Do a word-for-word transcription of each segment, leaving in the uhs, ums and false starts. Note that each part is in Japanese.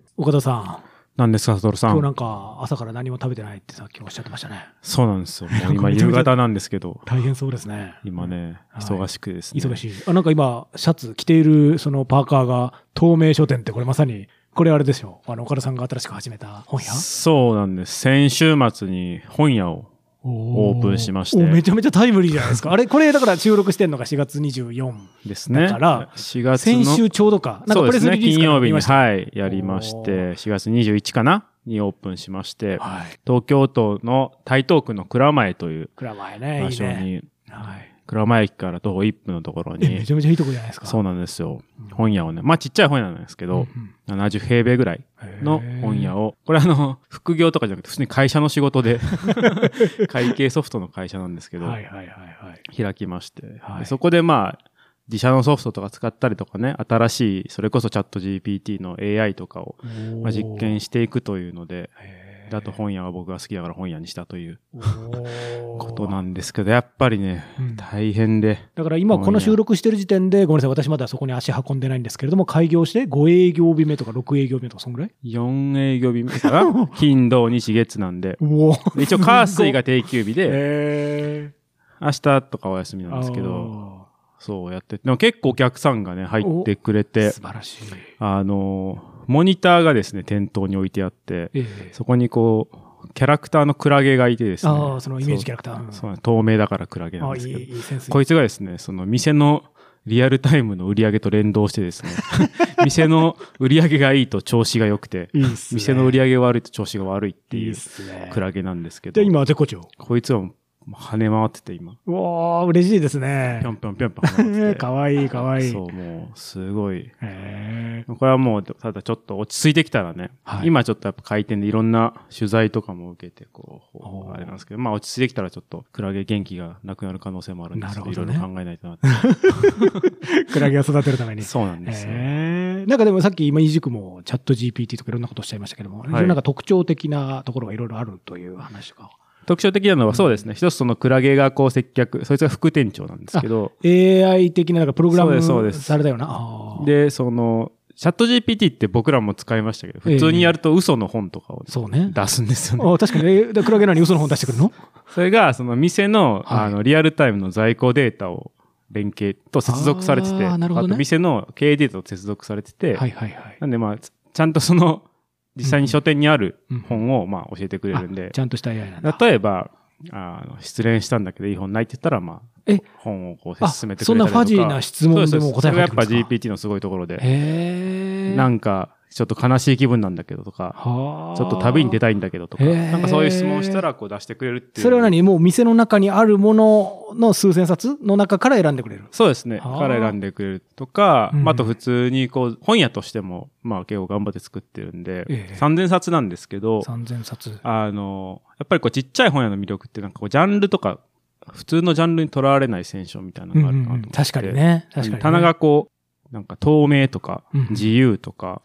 岡田さん。 何ですか、サトルさん。 今日なんか朝から何も食べてないってさっきおっしゃってましたね。 そうなんですよ。もう今夕方なんですけど。 大変そうですね。 今ね、忙しくですね。 忙しい。あ、なんか今、シャツ着ているそのパーカーが透明書店ってこれまさに、これあれですよ。あの、岡田さんが新しく始めた本屋？ そうなんです。先週末に本屋をオープンしまして。 おめちゃめちゃタイムリーじゃないですか。あれこれだから収録してんのがしがつにじゅうよっかですね。 だから、 しがつの先週ちょうどか。 なんかプレスリリース金曜日に、はい、やりまして、しがつにじゅういちかなにオープンしまして、はい、東京都の台東区の蔵前という場所に、いいね、はい、蔵前駅から徒歩いっぷんのところに、 めちゃめちゃいいとこじゃないですか。 そうなんですよ。うん、本屋をね、まあちっちゃい本屋なんですけど、うんうん、ななじゅうへいべいぐらいの本屋を、これあの、副業とかじゃなくて普通に会社の仕事で、会計ソフトの会社なんですけど、はいはいはいはい、開きまして、はい、でそこでまあ、自社のソフトとか使ったりとかね、新しい、それこそチャット ジーピーティー の エーアイ とかを、まあ、実験していくというので、であと本屋は僕が好きだから本屋にしたということなんですけど、やっぱりね、うん、大変で。 だから今この収録してる時点で、ごめんなさい、私まだそこに足運んでないんですけれども、開業してご営業日目とかろく営業日目とかそんぐらい ? よん 営業日目かな金土日月なんで。一応火水が定休日で、明日とかお休みなんですけど、そうやって、でも結構お客さんがね、入ってくれて、 素晴らしい。 あの、モニターがですね、店頭に置いてあって、ええ、そこにこう、キャラクターのクラゲがいてですね。 ああ、そのイメージキャラクター。 そう、そう透明だからクラゲなんですけど、 いいいいセンスいいこいつがですね、その店のリアルタイムの売り上げと連動してですね、店の売り上げがいいと調子が良くて、いいっすね、店の売り上げが悪いと調子が悪いっていうクラゲなんですけど。 で、今、絶好調。 こいつは跳ね回ってて今。 うわー、嬉しいですね。 ぴょんぴょんぴょんぴょん跳ね回ってて。 かわいいかわいい。 そう、もう、すごい。へー。これはもう、ただちょっと落ち着いてきたらね、はい、今ちょっとやっぱ開店でいろんな取材とかも受けて、こう、あれなんですけど、まあ落ち着いてきたらちょっとクラゲ元気がなくなる可能性もあるんですけど、いろいろ考えないとなって。 クラゲを育てるために。 そうなんですよ。 へー。なんかでもさっき今、いじくもチャット ジーピーティー とかいろんなことおっしゃいましたけども、はい、なんか特徴的なところがいろいろあるという話とか。 特徴的なのはそうですね。一つそのクラゲがこう接客、そいつが副店長なんですけど。 エーアイ 的ななんかプログラムされたよな。 で、その、チャット ジーピーティー って僕らも使いましたけど、普通にやると嘘の本とかを出すんですよね。 あ、確かに。えー、クラゲなのに嘘の本出してくるの？ それが、その店の、はい、あの、リアルタイムの在庫データを連携と接続されてて、あ、なるほどね、あと店の経営データと接続されてて、はいはいはい。なんでまあ、ちゃんとその、実際に書店にある本をまあ教えてくれるんで、 ちゃんとした エーアイ なんだ。 例えば、あの失恋したんだけどいい本ないって言ったら、まあ、本をこう進めてくれたりとか。 そんなファジーな質問でも答えが返ってくるんですか？それがやっぱ ジーピーティー のすごいところで、なんかちょっと悲しい気分なんだけどとか、ちょっと旅に出たいんだけどとか、なんかそういう質問をしたらこう出してくれるっていう。 それは何？もう店の中にあるものの数千冊の中から選んでくれる？ そうですね。から選んでくれるとか、うん、あと普通にこう本屋としてもまあ結構頑張って作ってるんで、ええ、さんぜんさつなんですけど、 さんぜんさつ。 あのやっぱりこうちっちゃい本屋の魅力ってなんかこうジャンルとか普通のジャンルにとらわれない選手みたいなのがあるなと思って、うんうん、 確かにね。確かにね。 棚がこうなんか透明とか自由とか、 うん、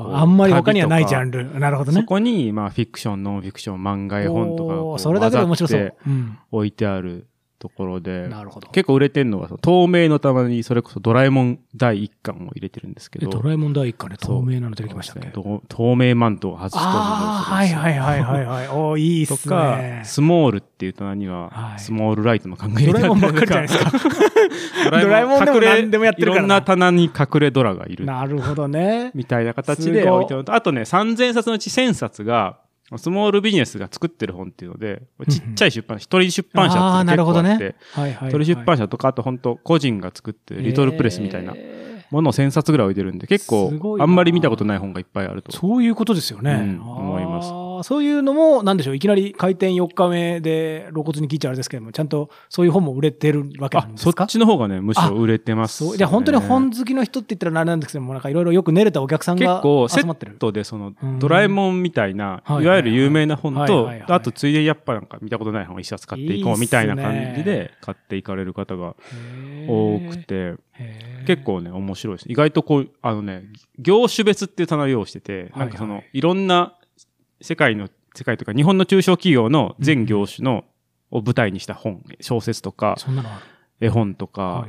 あ, あんまり他にはないジャンル。なるほどね。 そこにまあフィクション、ノンフィクション、漫画絵本とかをそれだけで面白そう。 置いてあるところで、 なるほど。 結構売れてるのが透明のためにそれこそドラえもんだいいっかんを入れてるんですけど。 ドラえもんだいいっかんで透明なの出てきましたね。 透明マントを外すと。 ああ、はいはいはいはいはい。おいいっすね。 とか、スモールっていう棚には、スモールライトの考え方。 ドラえもんばっかりじゃないですか。ドラえもんでも何でもやってるから。 いろんな棚に隠れドラがいる。 なるほどね。 みたいな形で置いてあると。あとね、さんぜんさつのうちせんさつが、スモールビジネスが作ってる本っていうので、ちっちゃい出版社、一人出版社って結構あって、一人出版社とか、あと本当個人が作ってるリトルプレスみたいなものをせんさつぐらい置いてるんで、結構あんまり見たことない本がいっぱいあると。 そういうことですよね。うん、 思います。 そういうのも、なんでしょう、いきなり開店よっかめで露骨に聞いちゃあれですけども、ちゃんとそういう本も売れてるわけなんですか？ そっちの方がね、むしろ売れてます、ね。 そう。じゃあ本当に本好きの人って言ったらあれなんですけども、なんかいろいろよく練れたお客さんが集まってる。 結構セットでそのドラえもんみたいな、いわゆる有名な本と、あとついでにやっぱなんか見たことない本一冊買っていこうみたいな感じで買っていかれる方が多くて、結構ね、面白いです。意外とこう、あのね、業種別っていう棚を用意してて、なんかその、いろんな世界の、世界とか日本の中小企業の全業種の、を舞台にした本、小説とか、絵本とか、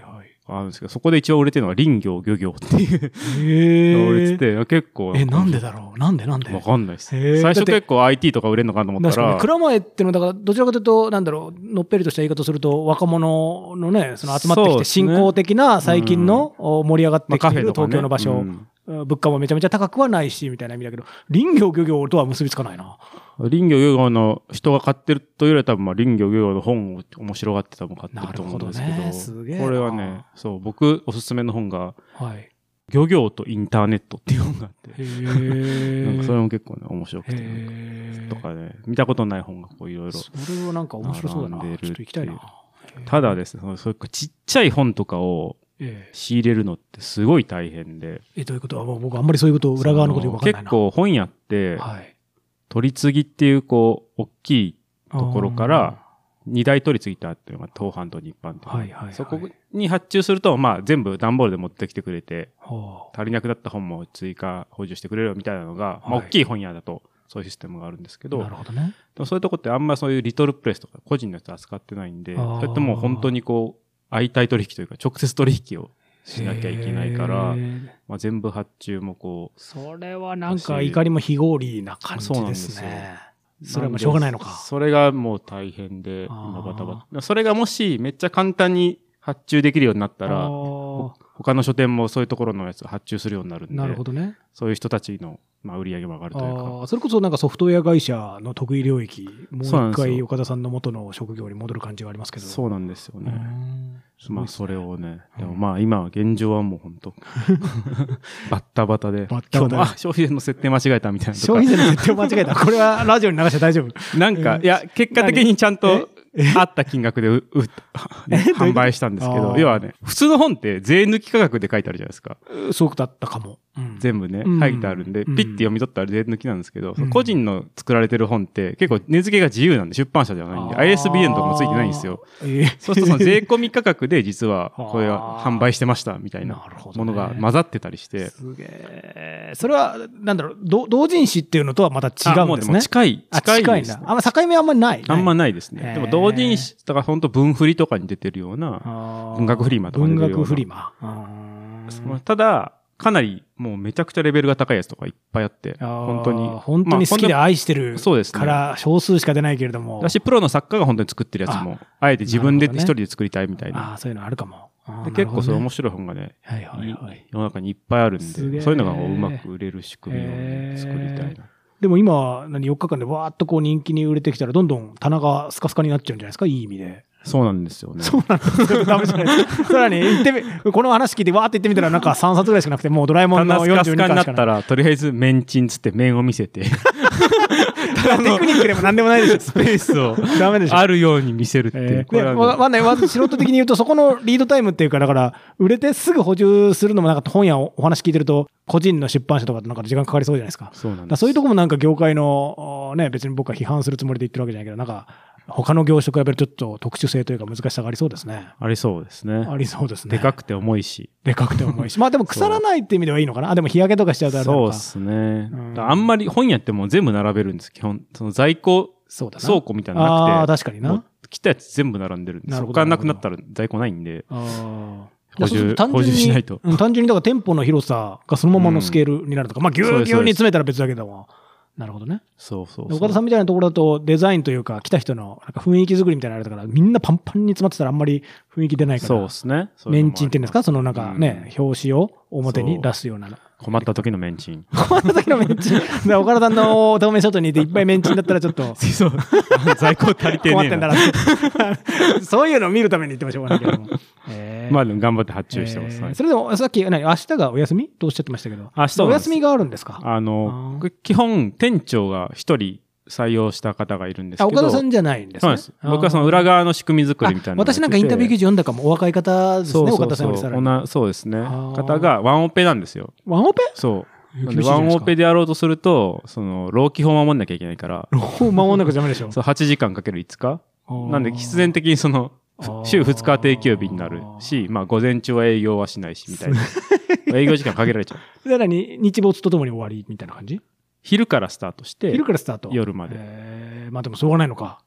あるんですけど、そこで一応売れてるのが林業漁業っていうのが売れてて、結構。 え、なんでだろうなんでなんでわかんないです。最初結構 アイティー とか売れるのかと思ったら。 確かに、蔵前ってのは、だから、どちらかというと、なんだろう、のっぺりとした言い方すると、若者のね、その集まってきて、信仰的な最近の盛り上がってきている東京の場所、物価もめちゃめちゃ高くはないし、みたいな意味だけど、林業漁業とは結びつかないな。 林業漁業の人が買ってるというよりは多分まあ林業漁業の本を面白がって多分買ってると思うんですけど、 ね、すげえこれはね、そう、僕おすすめの本が、 はい、 漁業とインターネットっていう本があって、 へなんかそれも結構ね、面白くて、とかね、見たことない本がこういろいろ。 それはなんか面白そうだな。ちょっと行きたいな。 ただですね、そういうちっちゃい本とかを仕入れるのってすごい大変で。 え、どういうことは僕あんまりそういうこと裏側のことよくわかんないな。 結構本屋って、はい取り次ぎっていう、こう、大きいところから、二大取り次ぎとあって、東販と日販と、はいはいはい、そこに発注すると、まあ、全部段ボールで持ってきてくれて、足りなくなった本も追加補充してくれるみたいなのが、はいまあ、大きい本屋だと、そういうシステムがあるんですけど、 なるほどね。 そういうとこってあんまそういうリトルプレスとか個人のやつ扱ってないんで、それってもう本当にこう、相対取引というか、直接取引をしなきゃいけないから、まあ、全部発注もこう。 それはなんか怒りも非合理な感じですね。それはもうしょうがないのか。 それがもう大変で、今バタバタ。それがもしめっちゃ簡単に発注できるようになったら、他の書店もそういうところのやつを発注するようになるんで、 なるほどね。 そういう人たちの、まあ、売り上げも上がるというか。 あそれこそなんかソフトウェア会社の得意領域、もう一回岡田さんの元の職業に戻る感じがありますけど。 そうなんですよね。まあそれをね、でもまあ今現状はもう本当バッタバタで、 バッタバタであ消費税の設定間違えたみたいな。 消費税の設定を間違えた。これはラジオに流して大丈夫？ なんか、いや、結果的にちゃんとあった金額でうう、ね、販売したんですけど、要はね、普通の本って税抜き価格で書いてあるじゃないですか。 そうだったかも。 うん、全部ね、書いてあるんで、うん、ピッて読み取ったら税抜きなんですけど、うん、個人の作られてる本って結構値付けが自由なんで、出版社じゃないんで、アイエスビーエヌ とかもついてないんですよ。えー、そうするとその税込み価格で実はこれは販売してましたみたいなものが混ざってたりして。 すげえ。それは、なんだろう、同人誌っていうのとはまた違うんですね。もうでも近い。 近い。近いんだ。あんま境目あんまりない。 あんまないですね。でも同人誌とか本当文振りとかに出てるような、文学フリマとかに出てるような。 文学フリマ。 ただ、かなりもうめちゃくちゃレベルが高いやつとかいっぱいあって、本当に。 本当に好きで愛してるから少数しか出ないけれども。 だし、プロの作家が本当に作ってるやつも、あえて自分で一人で作りたいみたいな。 ああ、そういうのあるかも。 で結構そういう面白い本がね、はいはいはい、世の中にいっぱいあるんで、そういうのがうまく売れる仕組みを作りたいな。 でも今、何よっかかんでわーっとこう人気に売れてきたら、どんどん棚がスカスカになっちゃうんじゃないですか、いい意味で。 そうなんですよね。 そうなんですよ。ダメじゃないですか。さらに言ってみ、この話聞いてわーって言ってみたら、なんかさんさつぐらいしかなくて、もうドラえもんのよんじゅうにかいしかない。 スカスカになったら、とりあえず面賃つって面を見せて。 テクニックでも何でもないでしょ。 スペースをあるように見せるっていう。 えー、わかんない。まず素人的に言うと、そこのリードタイムっていうか、だから、売れてすぐ補充するのもなんか本屋お話聞いてると、個人の出版社とかとなんか時間かかりそうじゃないですか。 そうなんです。 そういうとこもなんか業界の、ね、別に僕は批判するつもりで言ってるわけじゃないけど、なんか、他の業種と比べるとちょっと特殊性というか難しさがありそうですね。 ありそうですね。 ありそうですね。 でかくて重いし。 でかくて重いし。まあでも腐らないって意味ではいいのかな。あ、でも日焼けとかしちゃうとあれなのか。 そうですね。うん、あんまり本屋ってもう全部並べるんです、基本。その在庫、そうだな倉庫みたいなのなくて。 ああ、確かにな。 来たやつ全部並んでるんで、そこからなくなったら在庫ないんで。ああ。補充、 単純に補充しないと。 うん、単純にだから店舗の広さがそのままのスケールになるとか、うん、まあぎゅうぎゅうに詰めたら別だけども。なるほどね。 そうそうそう。 岡田さんみたいなところだとデザインというか来た人のなんか雰囲気作りみたいなのあれだからみんなパンパンに詰まってたらあんまり雰囲気出ないから。 そうですね。 メンチンっていうんですか、そのなんかね、うん、表紙を表に出すような。 困った時のメンチン。 困った時のメンチン。岡田さんの透明ショットにいていっぱいメンチンだったらちょっと。 そう。在庫足りてねえな。困ってんだな。そういうのを見るために言ってましょうがないけども。 えー、まあでも頑張って発注してます。 えー、それでもさっき、何明日がお休みとおっしゃってましたけど。 明日お休みがあるんですか？ あの、あ基本店長が一人採用した方がいるんですけど。 あ、岡田さんじゃないんですね。 そうです。僕はその裏側の仕組み作りみたいなのを私なんかインタビュー記事読んだかも。お若い方ですね、 そうそうそう岡田さんよりさらに。 そうですね。方がワンオペなんですよ。 ワンオペ？ そう。なんでワンオペでやろうとすると、その、労基法を守んなきゃいけないから。 労基法守んなきゃダメでしょ。 そう、はちじかんかけるいつか。なんで必然的にその、週ふつか定休日になるし、まあ午前中は営業はしないし、みたいな。営業時間限られちゃう。 だからに日没とともに終わりみたいな感じ？ 昼からスタートして、 昼からスタート。 夜まで。 えー、まあでもしょうがないのか。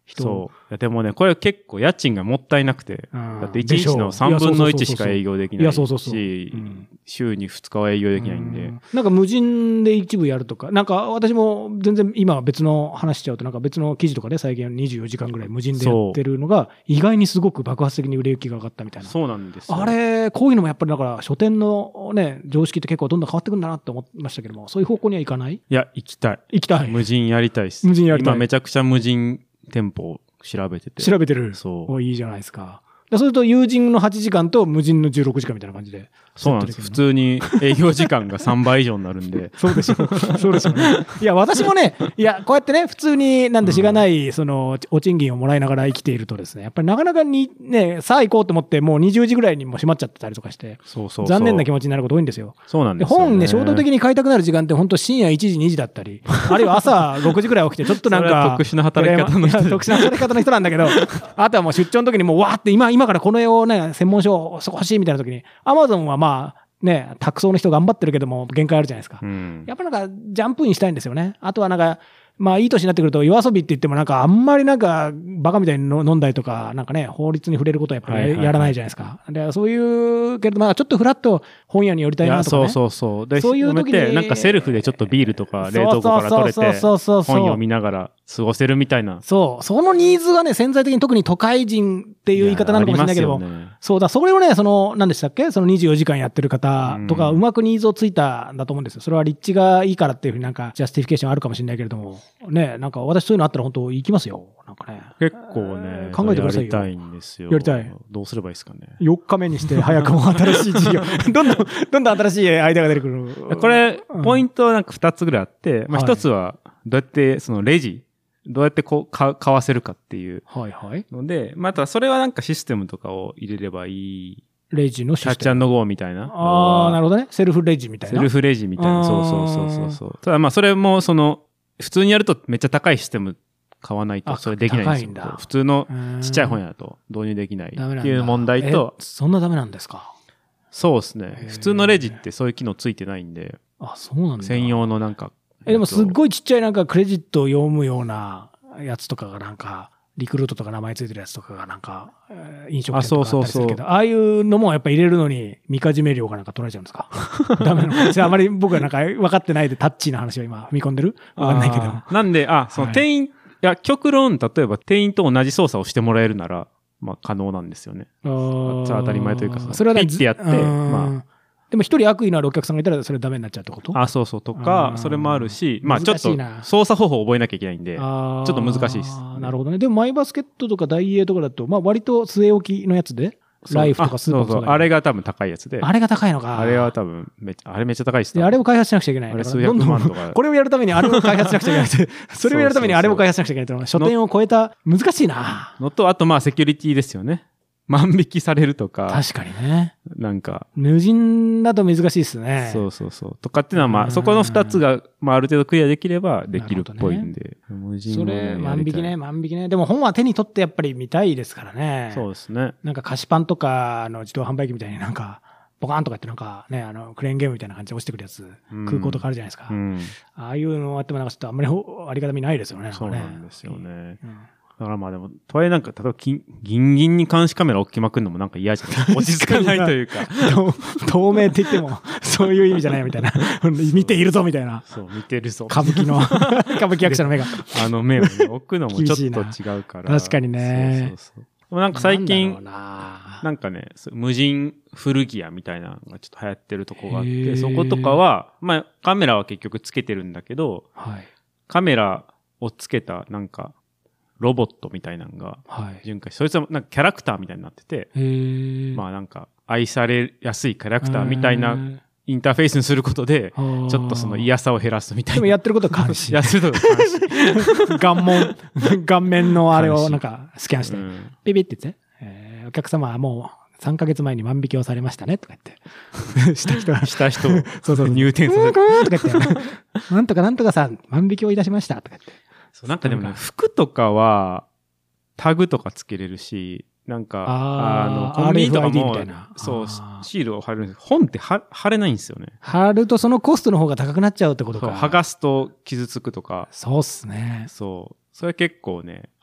人。 そう。でもね、これ結構家賃がもったいなくて、だっていちにちのさんぶんのいちしか営業できないし、週にふつかは営業できないんで。 んなんか無人で一部やるとか、なんか私も全然今は別の話しちゃうと、なんか別の記事とかで最近にじゅうよじかんぐらい無人でやってるのが、意外にすごく爆発的に売れ行きが上がったみたいな。 そうなんですよ。 あれ、こういうのもやっぱりだから書店のね、常識って結構どんどん変わってくるんだなって思いましたけども、そういう方向にはいかない？いや、行きたい。 行きたい。 無人やりたいです。 無人やりたい。 今めちゃくちゃ無人店舗を調べてて。 調べてる。そう。いいじゃないですか。そうすると友人のはちじかんと無人のじゅうろくじかんみたいな感じで。 そうなんです。普通に営業時間がさんばい以上になるんで。 そうでしょう。そうでしょうね。いや、私もね、いや、こうやってね、普通になんでしがない、その、お賃金をもらいながら生きているとですね、やっぱりなかなかに、ね、さあ行こうと思って、もうにじゅうじぐらいにも閉まっちゃってたりとかして、 そうそうそう残念な気持ちになること多いんですよ。 そうなんですよ、ね。 本ね、衝動的に買いたくなる時間って本当深夜いちじ、にじだったり、あるいは朝ろくじぐらい起きて、ちょっとなんか、 特殊な働き方の人。 特殊な働き方の人なんだけど、あとはもう出張の時にもうわーって今、今からこの絵をね、専門書そこ欲しいみたいな時に、アマゾンはまあ、ね、託送の人頑張ってるけども、限界あるじゃないですか。うん、やっぱなんか、ジャンプインしたいんですよね。あとはなんか、まあいい年になってくると、夜遊びって言ってもなんかあんまりなんかバカみたいに飲んだりとか、なんかね、法律に触れることはやっぱりやらないじゃないですか。で、そういうけど、まあちょっとフラッと本屋に寄りたいなとか、ね。 そうそうそう。で、そういう時になんかセルフでちょっとビールとか冷凍庫から取れて、本読みながら過ごせるみたいな。 そう。そのニーズがね、潜在的に特に都会人っていう言い方なのかもしれないけども、ね、そうだ、それをね、その、何でしたっけそのにじゅうよじかんやってる方とか、うまくニーズをついたんだと思うんですよ。それは立地がいいからっていうふうになんか、ジャスティフィケーションあるかもしれないけれども、ね、なんか私そういうのあったら本当行きますよ。なんかね。 結構ね、 考えてくださいよ。 やりたいんですよ。 やりたい。 どうすればいいですかね。 よっかめにして早くも新しい事業。どんどん、どんどん新しいアイデアが出てくる。 これ、ポイントはなんかふたつぐらいあって、まあひとつは、どうやってそのレジ、どうやってこう買わせるかっていうので、はいはい、またそれはなんかシステムとかを入れればいい。 レジのシステム。 キャッチアンドゴーみたいな。 ああ、なるほどね。セルフレジみたいな。 セルフレジみたいな。そうそうそうそうそう。ただまあそれもその、普通にやるとめっちゃ高いシステム買わないとそれできないんですよ。高いんだ。普通のちっちゃい本屋だと導入できないっていう問題と。 そんなダメなんですか？ そうですね。普通のレジってそういう機能ついてないんで。 あ、そうなんだ。 専用のなんか。 え、でもすっごいちっちゃいなんかクレジットを読むようなやつとかがなんか、リクルートとか名前ついてるやつとかがなんか、飲食店とかあったりするけど、ああいうのもやっぱ入れるのに、みかじめ料がなんか取られちゃうんですか？ダメなのか。あまり僕はなんか分かってないでタッチーな話を今踏み込んでる？分かんないけど。 なんで、あ、その店員、はい、いや、極論、例えば店員と同じ操作をしてもらえるなら、まあ可能なんですよね。あ当たり前というか、それはピッてやって、まあ。 でも一人悪意のあるお客さんがいたらそれダメになっちゃうってこと？ あ、そうそうとか、それもあるし、まあちょっと操作方法を覚えなきゃいけないんで、ちょっと難しいです。 なるほどね。でもマイバスケットとかダイエーとかだと、まあ割と据え置きのやつで、ライフとかスーパーとか。 そうそう。あれが多分高いやつで。 あれが高いのか。 あれは多分めっちゃ、あれめっちゃ高いですね。 あれを開発しなくちゃいけない。 あれ数百万とか。 これをやるためにあれを開発しなくちゃいけない。それをやるためにあれを開発しなくちゃいけないと。書店を超えた、難しいな。 のと、あとまあセキュリティですよね。万引きされるとか。 確かにね。 なんか。 無人だと難しいですね。 そうそうそう。とかっていうのはまあ、そこの二つが、まあある程度クリアできればできるっぽいんで。 ね、無人それ、万引きね、万引きね。でも本は手に取ってやっぱり見たいですからね。 そうですね。 なんか菓子パンとかの自動販売機みたいになんか、ボカーンとかってなんかね、あの、クレーンゲームみたいな感じで落ちてくるやつ、うん、空港とかあるじゃないですか。うん、ああいうのあってもなんかちょっとあんまりありがたみないですよね。 そうなんですよね。うんだからまあでも、とはいえなんか、例えばギンギンに監視カメラ置きまくるのもなんか嫌じゃない落ち着かないというか。 透明って言っても、そういう意味じゃないみたいな。見ているぞみたいな。 そう、見てるぞ。 歌舞伎の、歌舞伎役者の目が。 あの目を、ね、置くのもちょっと違うから。 確かにね。 そうそうそう。でもなんか最近、な, なんかね、無人古着屋みたいなのがちょっと流行ってるとこがあって、そことかは、まあカメラは結局つけてるんだけど、はい、カメラをつけたなんか、ロボットみたいなのが巡回し、はい、そいつはなんかキャラクターみたいになってて、まあなんか愛されやすいキャラクターみたいなインターフェースにすることで、ちょっとその嫌さを減らすみたいな。 でもやってることは監視。 やってることは監視。 顔面、顔面のあれをなんかスキャンして、うん、ピピって言って、えー、お客様はもうさんかげつまえに万引きをされましたねとか言って。した人が。 した人をそうそう入店させる。 とか言って、なんとかなんとかさん、万引きをいたしましたとか言って。 そうなんかでもね、服とかはタグとかつけれるし、なんか、あ, あの、コンビニとかも、そう、シールを貼るんです。本って貼れないんですよね。 貼るとそのコストの方が高くなっちゃうってことか。 剥がすと傷つくとか。 そうっすね。 そう。それ結構ね、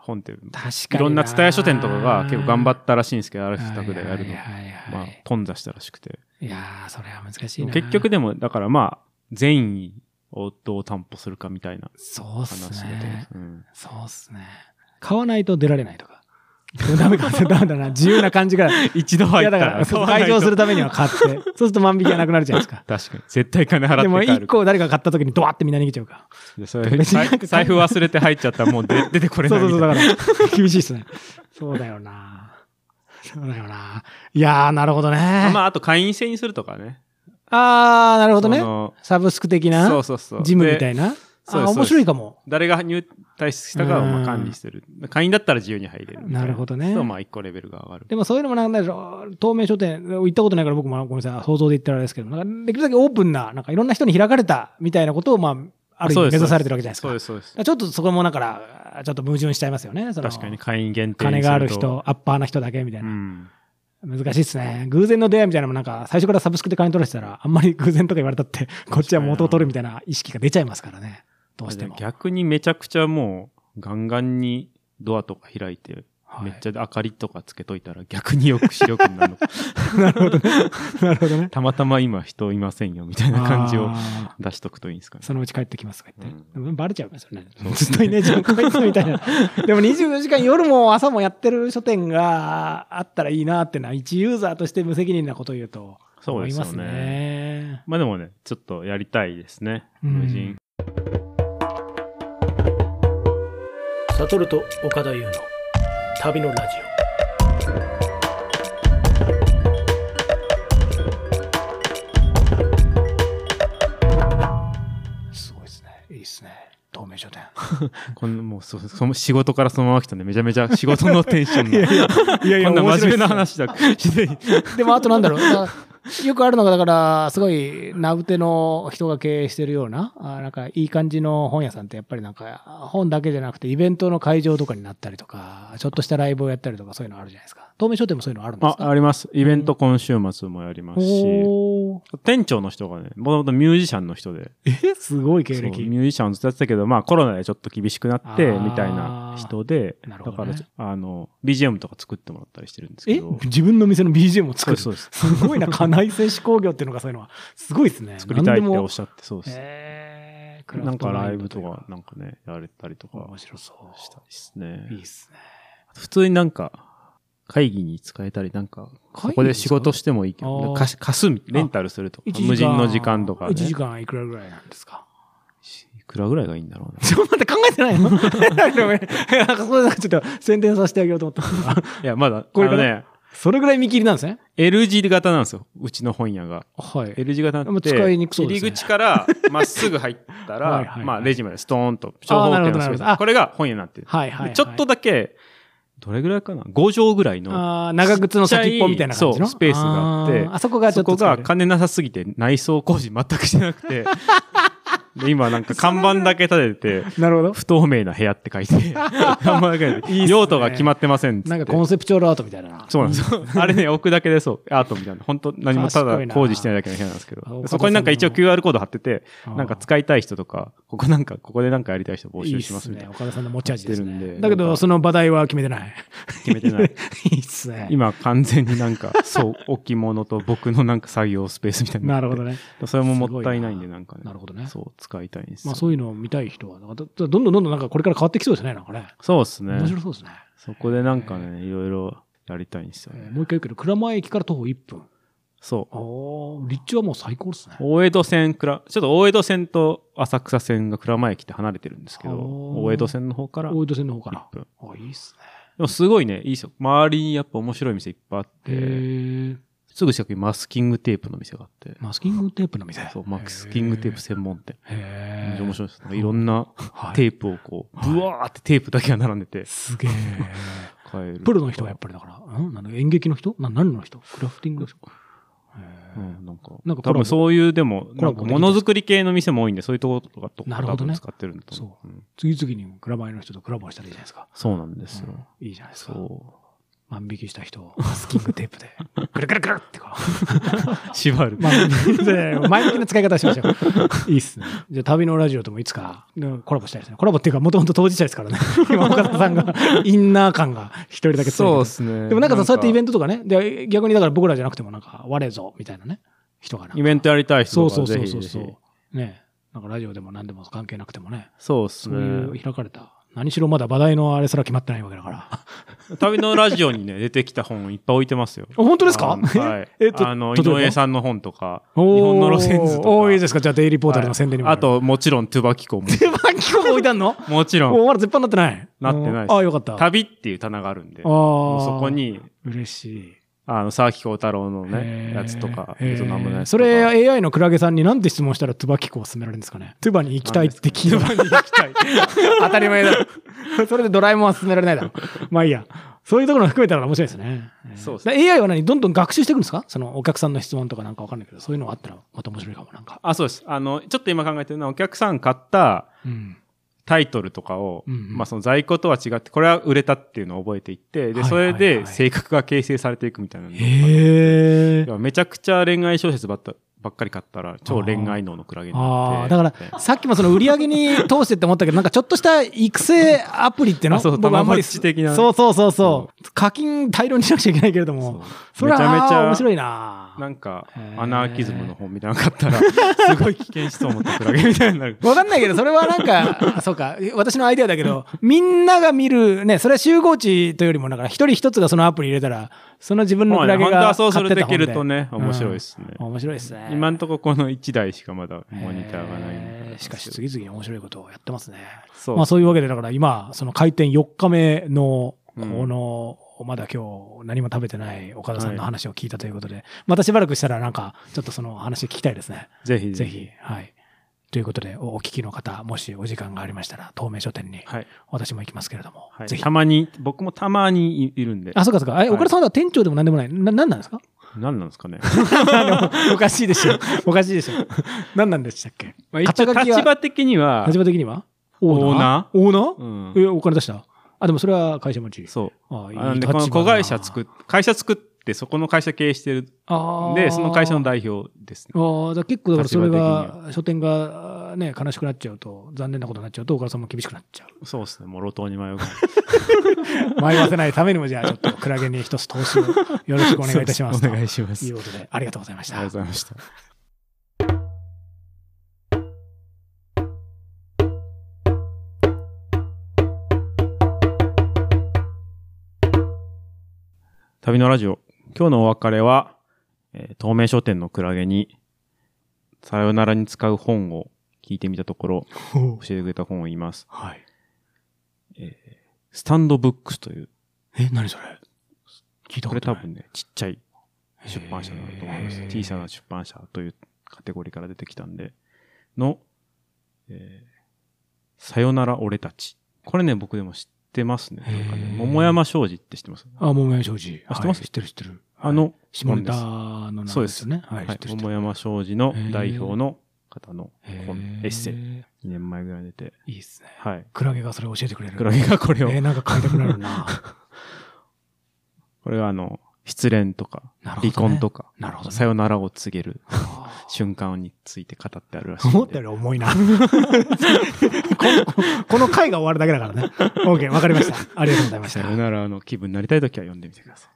本って確かいろんな蔦屋書店とかが結構頑張ったらしいんですけど、ある人宅でやるの、まあ頓挫したらしくて。 いやーそれは難しいな。 結局でもだからまあ善意をどう担保するかみたいな話で。 そうっすね。 うん、 そうっすね。買わないと出られないとか。ダメか、ダメだな。自由な感じが。 一度入ったら。 いやだから、退場するためには買って。そうすると万引きがなくなるじゃないですか。 確かに。絶対金払って帰る。 でも一個誰か買った時にドワってみんな逃げちゃうから。 それ財布忘れて入っちゃったらもう出てこれないみたいな。 そうそうそう、だから、厳しいっすね。そうだよな。そうだよな。いやー、なるほどね。 まあ、あと会員制にするとかね。 あー、なるほどね。サブスク的な。 そうそうそう。 ジムみたいな。あ、面白いかも。 誰が入退出したかをまあ管理してる。会員だったら自由に入れる。 なるほどね。 そう、まあ一個レベルが上がる。 でもそういうのもなんだろう、透明書店、行ったことないから僕もごめんなさい、想像で言ったらあれですけど、なんかできるだけオープンな、なんかいろんな人に開かれたみたいなことを、まあ、ある意味目指されてるわけじゃないですか。 そうです、そうです。 ちょっとそこもだから、ちょっと矛盾しちゃいますよね。 確かに会員限定。 金がある人、アッパーな人だけみたいな。うん難しいですね。偶然の出会いみたいなのもなんか、最初からサブスクで金取らせたら、あんまり偶然とか言われたって、こっちは元を取るみたいな意識が出ちゃいますからね。どうしても。 逆にめちゃくちゃもう、ガンガンにドアとか開いて、はい、めっちゃ明かりとかつけといたら逆によく視力になるの。 なるほどね。なるほどね。 たまたま今人いませんよみたいな感じを出しとくといいんですかね。 そのうち帰ってきますとか言って。うん、バレちゃいますよね。ずっといねえじゃん、こいつみたいな。でもにじゅうよじかん夜も朝もやってる書店があったらいいなってのは、一ユーザーとして無責任なことを言うと思いますね。そうですよね。 まあでもね、ちょっとやりたいですね。無人。 サトルと岡田優の旅のラジオ。すごいですね。いいですね。透明書店。 こんなもうそその仕事からそのまま来たんでめちゃめちゃ仕事のテンションのいやいやいやいやこんな真面目な話だ。 でもあとなんだろう。よくあるのがだからすごい名うての人が経営してるようなあなんかいい感じの本屋さんってやっぱりなんか本だけじゃなくてイベントの会場とかになったりとかちょっとしたライブをやったりとかそういうのあるじゃないですか。透明書店もそういうのあるんですか？ あ、あります。イベント今週末もやりますし、うん、店長の人がねもともとミュージシャンの人でえすごい経歴。 ミュージシャンずっとやってたけどまあコロナでちょっと厳しくなってみたいな人で、ね、だからあの ビージーエム とか作ってもらったりしてるんですけど。 え自分の店の ビージーエム を作る？ そうです。 すごいな金井製紙工業っていうのがそういうのはすごいですね。 作りたいっておっしゃってそうです。 えー、なんかライブとかなんかねやれたりとか面白そうしたいですね。 いいですね。 普通になんか会議に使えたりなんかここで仕事してもいいけど貸すレンタルするとか無人の時間とかね。 いちじかんいくらぐらいなんですか？ いくらぐらいがいいんだろうね。 ちょっと待って考えてないの？なんかそれなんかちょっと宣伝させてあげようと思った。 いやまだこれからね。それぐらい見切りなんですね。 L 字型なんですよ。うちの本屋が。 はい。 L 字型って、 使いにくそうですね。 入り口からまっすぐ入ったら、はいはいはい、まあレジまでストーンと、長方形のスペース。これが本屋になってる。 はいはいはい、 ちょっとだけ、どれぐらいかな ?ご 畳ぐらいの。 ああ、長靴の先っぽみたいな感じの。 そう、スペースがあって。 あ, あそこがちょっと。 そこが金なさすぎて内装工事全くしてなくて。で今なんか看板だけ立てて、 なるほど。 不透明な部屋って書いて、看板だけで、いいね、用途が決まってませんっつって。 なんかコンセプチュアルアートみたいな。 そうなんですよ。あれね、置くだけでそう、アートみたいな。本当何もただ工事してないだけの部屋なんですけど、そこになんか一応 キューアール コード貼ってて、なんか使いたい人とか、ここなんか、ここでなんかやりたい人募集しますみたいな。 いいっすね。岡田さんの持ち味ですね。 だけど、その場題は決めてない。 決めてない。 いいっすね。 今完全になんか、そう、置物と僕のなんか作業スペースみたいな。 なるほどね。 それももったいないんで、なんかね。 なるほどね。 そう、使いたいんですよ。そういうのを見たい人は、どんどんどんどんなんかこれから変わってきそうですね、なんかね。 そうですね。 面白そうですね。 そこでなんかね、いろいろやりたいんですよね。 もう一回言うけど、鞍馬駅から徒歩いっぷん。 そう。 おー、立地はもう最高ですね。 大江戸線、ちょっと大江戸線と浅草線が鞍馬駅って離れてるんですけど、大江戸線の方から。 大江戸線の方から。 いっぷん。 あ、いいっすね。 でもすごいね、いいですよ。周りにやっぱ面白い店いっぱいあって、へすぐ近くにマスキングテープの店があって。 マスキングテープの店そう、マスキングテープ専門店。 へー。面白いです。いろんなテープをこう、ブワーってテープだけが並んでて。 すげえ。 買える。 プロの人はやっぱりだから、んなんだ演劇の人な何の人クラフティングの人うん、なんか、 なんか多分そういうでも、なんかものづくり系の店も多いんで、そういうところとかとなるほどね。 使ってるんだと思う。 そう。次々に蔵前の人とコラボしたらいいじゃないですか。 そうなんですよ。 いいじゃないですか。 そう。 万引きした人をマスキングテープで、くるくるくるってこう。縛る。 前向きな使い方しましょう。いいっすね。じゃあ旅のラジオともいつかコラボしたいですね。コラボっていうか、もともと当事者ですからね。今岡田さんがインナー感が一人だけそうですね。 でもなんかそうやってイベントとかね、で逆にだから僕らじゃなくてもなんか、我ぞみたいなね、人がイベントやりたい人とか。そうとかそうそうそう。ね。なんかラジオでも何でも関係なくてもね。 そうですね。 そういう開かれた。何しろまだ話題のあれすら決まってないわけだから。 旅のラジオにね、出てきた本いっぱい置いてますよ。 本当ですか？ はい。えっと、あの、井上さんの本とか、日本の路線図とか。 おー、いいですか？じゃあデイリーポータルの宣伝にも。 あと、もちろん、トゥバキコも。 トゥバキコも置いてあんの？ もちろん。 おまだ絶版になってない。 なってないです。 ああ、よかった。 旅っていう棚があるんで。 ああ。 そこに。 嬉しい。 あの、沢木耕太郎のね、やつとか、ベトナムのやつとか。 それ エーアイ のクラゲさんに何て質問したらトゥバキコを勧められるんですかね。トゥバに行きたいって聞いて。トゥバに行きたい。当たり前だろ。それでドラえもんは勧められないだろ。まあいいや。そういうところも含めたら面白いですね。 そうですね。 エーアイ は何どんどん学習していくんですか？そのお客さんの質問とかなんかわかんないけど、そういうのがあったらまた面白いかもなんか。 あ、そうです。あの、ちょっと今考えてるのは、お客さん買った、うんタイトルとかを、うんうん、まあその在庫とは違って、これは売れたっていうのを覚えていって、で、それで性格が形成されていくみたいなのが、 へー。 めちゃくちゃ恋愛小説ばっかばっかり買ったら、超恋愛脳のクラゲになって。 あだから、さっきもその売り上げに通してって思ったけど、なんかちょっとした育成アプリってのそう僕あんまり的な。 そうそうそうそう。課金大量にしなくちゃいけないけれども、そ, それはめちゃめちゃ面白いな。 なんか、アナーキズムの本みたいなの買ったら、すごい危険思想を持ったクラゲみたいになる。 わかんないけど、それはなんか、そうか、私のアイデアだけど、みんなが見る、ね、それは集合値というよりも、だから一人一つがそのアプリ入れたら、その自分のクラゲが買ってた本で。 本当はそうそれできるとね、面白いですね。 うん、面白いですね。 今んとここのいちだいしかまだモニターがない。 しかし次々に面白いことをやってますね。 そう。 まあそういうわけで、だから今、その開店よっかめの、この、うん、まだ今日何も食べてない岡田さんの話を聞いたということで、はい、またしばらくしたらなんかちょっとその話聞きたいですね。 ぜひぜひ。はい。ということでお聞きの方、もしお時間がありましたら、東名書店に、はい、私も行きますけれども、 はい、 ぜひ。 たまに、僕もたまにいるんで。 あ、そうかそうか。え、はい、岡田さんは店長でも何でもない。な、何なんですか？ 何なんですかね。 おかしいでしょ。おかしいでしょ。何なんでしたっけ？ まあ、一応立場的には。 立場的にはオーナーオーナー、うん、え、お金出した？あ、でもそれは会社持ち。 そう。 ああ、いいなんで、この子会社作っ、会社作って、そこの会社経営してる。あで、その会社の代表ですね。 ああ、だ結構だからそれが、書店がね、悲しくなっちゃうと、残念なことになっちゃうと、岡田さんも厳しくなっちゃう。 そうですね。もう路頭に迷う。 迷わせないためにも、じゃあちょっとクラゲに一つ投資をよろしくお願いいたします。 お願いします。 ということで、ありがとうございました。 ありがとうございました。旅のラジオ。今日のお別れは、えー、東名書店のクラゲに、さよならに使う本を聞いてみたところ、教えてくれた本を言います。 はい。 えー、スタンドブックスという。 え、何それ？聞いたことない。 これ多分ね、ちっちゃい出版社だと思います。小さな出版社というカテゴリーから出てきたんで、の、えー、さよなら俺たち。これね、僕でも知って知ってますね。なんかね、桃山商事って知ってます？ あ、桃山商事。 あ、知ってます？ 知ってる知ってる。 あの、 下ネタのなんですよね。 はい。桃山商事の代表の方の本、エッセイ。にねんまえぐらい出て。 いいっすね。 はい。 クラゲがそれを教えてくれる。 クラゲがこれを。 えー、なんか買いたくなるな。 これはあの、失恋とか、離婚とか、 なるほど、 さよならを告げる瞬間について語ってあるらしい。 思ったより重いな。この、この回が終わるだけだからね。OK、わかりました。ありがとうございました。 さよならの気分になりたいときは読んでみてください。